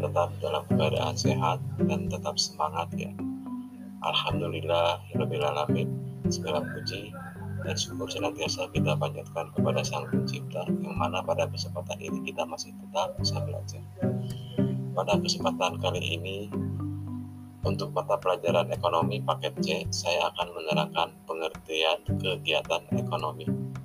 tetap dalam keadaan sehat dan tetap semangat ya. Alhamdulillah rabbil alamin. Segala puji dan syukur senantiasa kita panjatkan kepada Sang Pencipta, yang mana pada kesempatan ini kita masih tetap bisa belajar. Pada kesempatan kali ini, untuk mata pelajaran ekonomi paket C, saya akan menerangkan pengertian kegiatan ekonomi.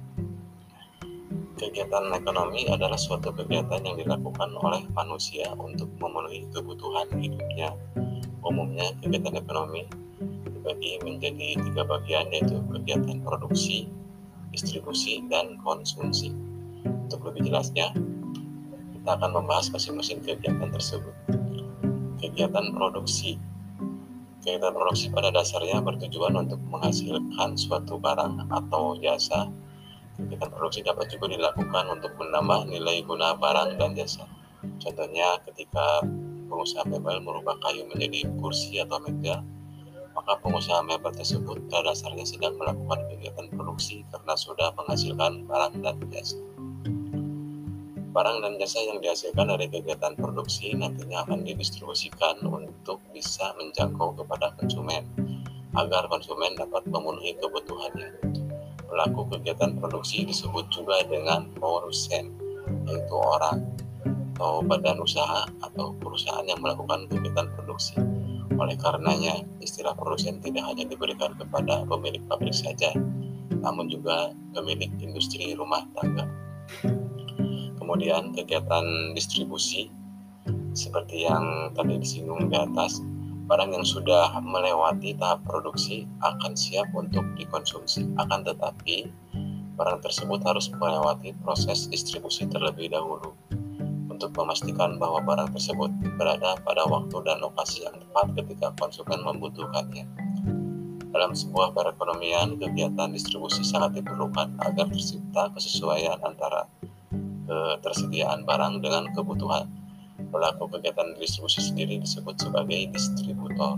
Kegiatan ekonomi adalah suatu kegiatan yang dilakukan oleh manusia untuk memenuhi kebutuhan hidupnya. Umumnya kegiatan ekonomi dibagi menjadi 3 bagian, yaitu kegiatan produksi, distribusi, dan konsumsi. Untuk lebih jelasnya, kita akan membahas masing-masing kegiatan tersebut. Kegiatan produksi. Kegiatan produksi pada dasarnya bertujuan untuk menghasilkan suatu barang atau jasa. Kegiatan produksi dapat juga dilakukan untuk menambah nilai guna barang dan jasa. Contohnya ketika pengusaha mebel merubah kayu menjadi kursi atau meja, maka pengusaha mebel tersebut pada dasarnya sedang melakukan kegiatan produksi karena sudah menghasilkan barang dan jasa. Barang dan jasa yang dihasilkan dari kegiatan produksi nantinya akan didistribusikan untuk bisa menjangkau kepada konsumen, agar konsumen dapat memenuhi kebutuhannya. Pelaku kegiatan produksi disebut juga dengan produsen, yaitu orang atau badan usaha atau perusahaan yang melakukan kegiatan produksi. Oleh karenanya, istilah produsen tidak hanya diberikan kepada pemilik pabrik saja, namun juga pemilik industri rumah tangga. Kemudian kegiatan distribusi, seperti yang tadi disinggung di atas, barang yang sudah melewati tahap produksi akan siap untuk dikonsumsi. Akan tetapi, barang tersebut harus melewati proses distribusi terlebih dahulu untuk memastikan bahwa barang tersebut berada pada waktu dan lokasi yang tepat ketika konsumen membutuhkannya. Dalam sebuah perekonomian, kegiatan distribusi sangat diperlukan agar tercipta kesesuaian antara ketersediaan barang dengan kebutuhan. Pelaku kegiatan distribusi sendiri disebut sebagai distributor.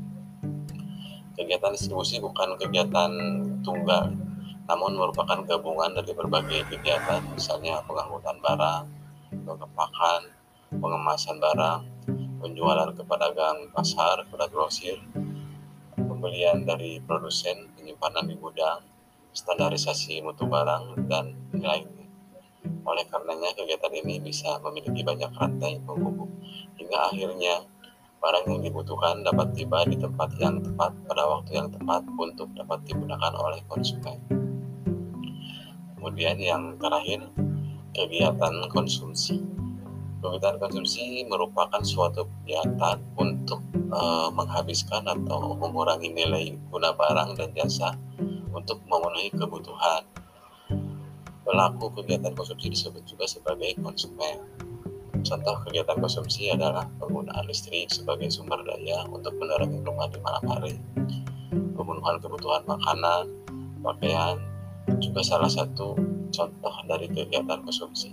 Kegiatan distribusi bukan kegiatan tunggal, namun merupakan gabungan dari berbagai kegiatan, misalnya pengangkutan barang, pengepakan, pengemasan barang, penjualan ke pedagang pasar, kepada grosir, pembelian dari produsen, penyimpanan di gudang, standarisasi mutu barang, dan lainnya. Oleh karenanya, kegiatan ini bisa memiliki banyak rantai penghubung, hingga akhirnya barang yang dibutuhkan dapat tiba di tempat yang tepat pada waktu yang tepat untuk dapat digunakan oleh konsumen. Kemudian yang terakhir, kegiatan konsumsi. Kegiatan konsumsi merupakan suatu kegiatan untuk menghabiskan atau mengurangi nilai guna barang dan jasa untuk memenuhi kebutuhan. Pelaku kegiatan konsumsi disebut juga sebagai konsumen. Contoh kegiatan konsumsi adalah penggunaan listrik sebagai sumber daya untuk menerangi rumah di malam hari, pemenuhan kebutuhan makanan, pakaian, juga salah satu contoh dari kegiatan konsumsi.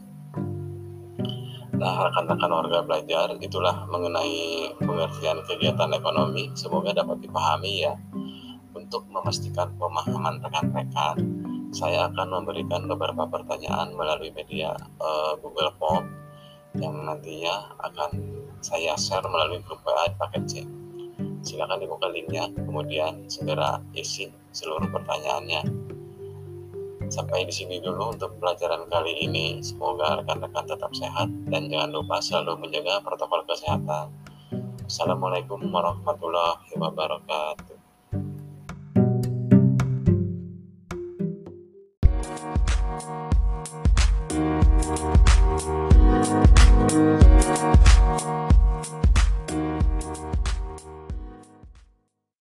Nah, rekan-rekan warga belajar, itulah mengenai pengertian kegiatan ekonomi. Semoga dapat dipahami ya. Untuk memastikan pemahaman rekan-rekan, saya akan memberikan beberapa pertanyaan melalui media Google Form yang nantinya akan saya share melalui grup WA paket C. Silakan dibuka linknya, kemudian segera isi seluruh pertanyaannya. Sampai di sini dulu untuk pelajaran kali ini. Semoga rekan-rekan tetap sehat dan jangan lupa selalu menjaga protokol kesehatan. Assalamualaikum warahmatullahi wabarakatuh.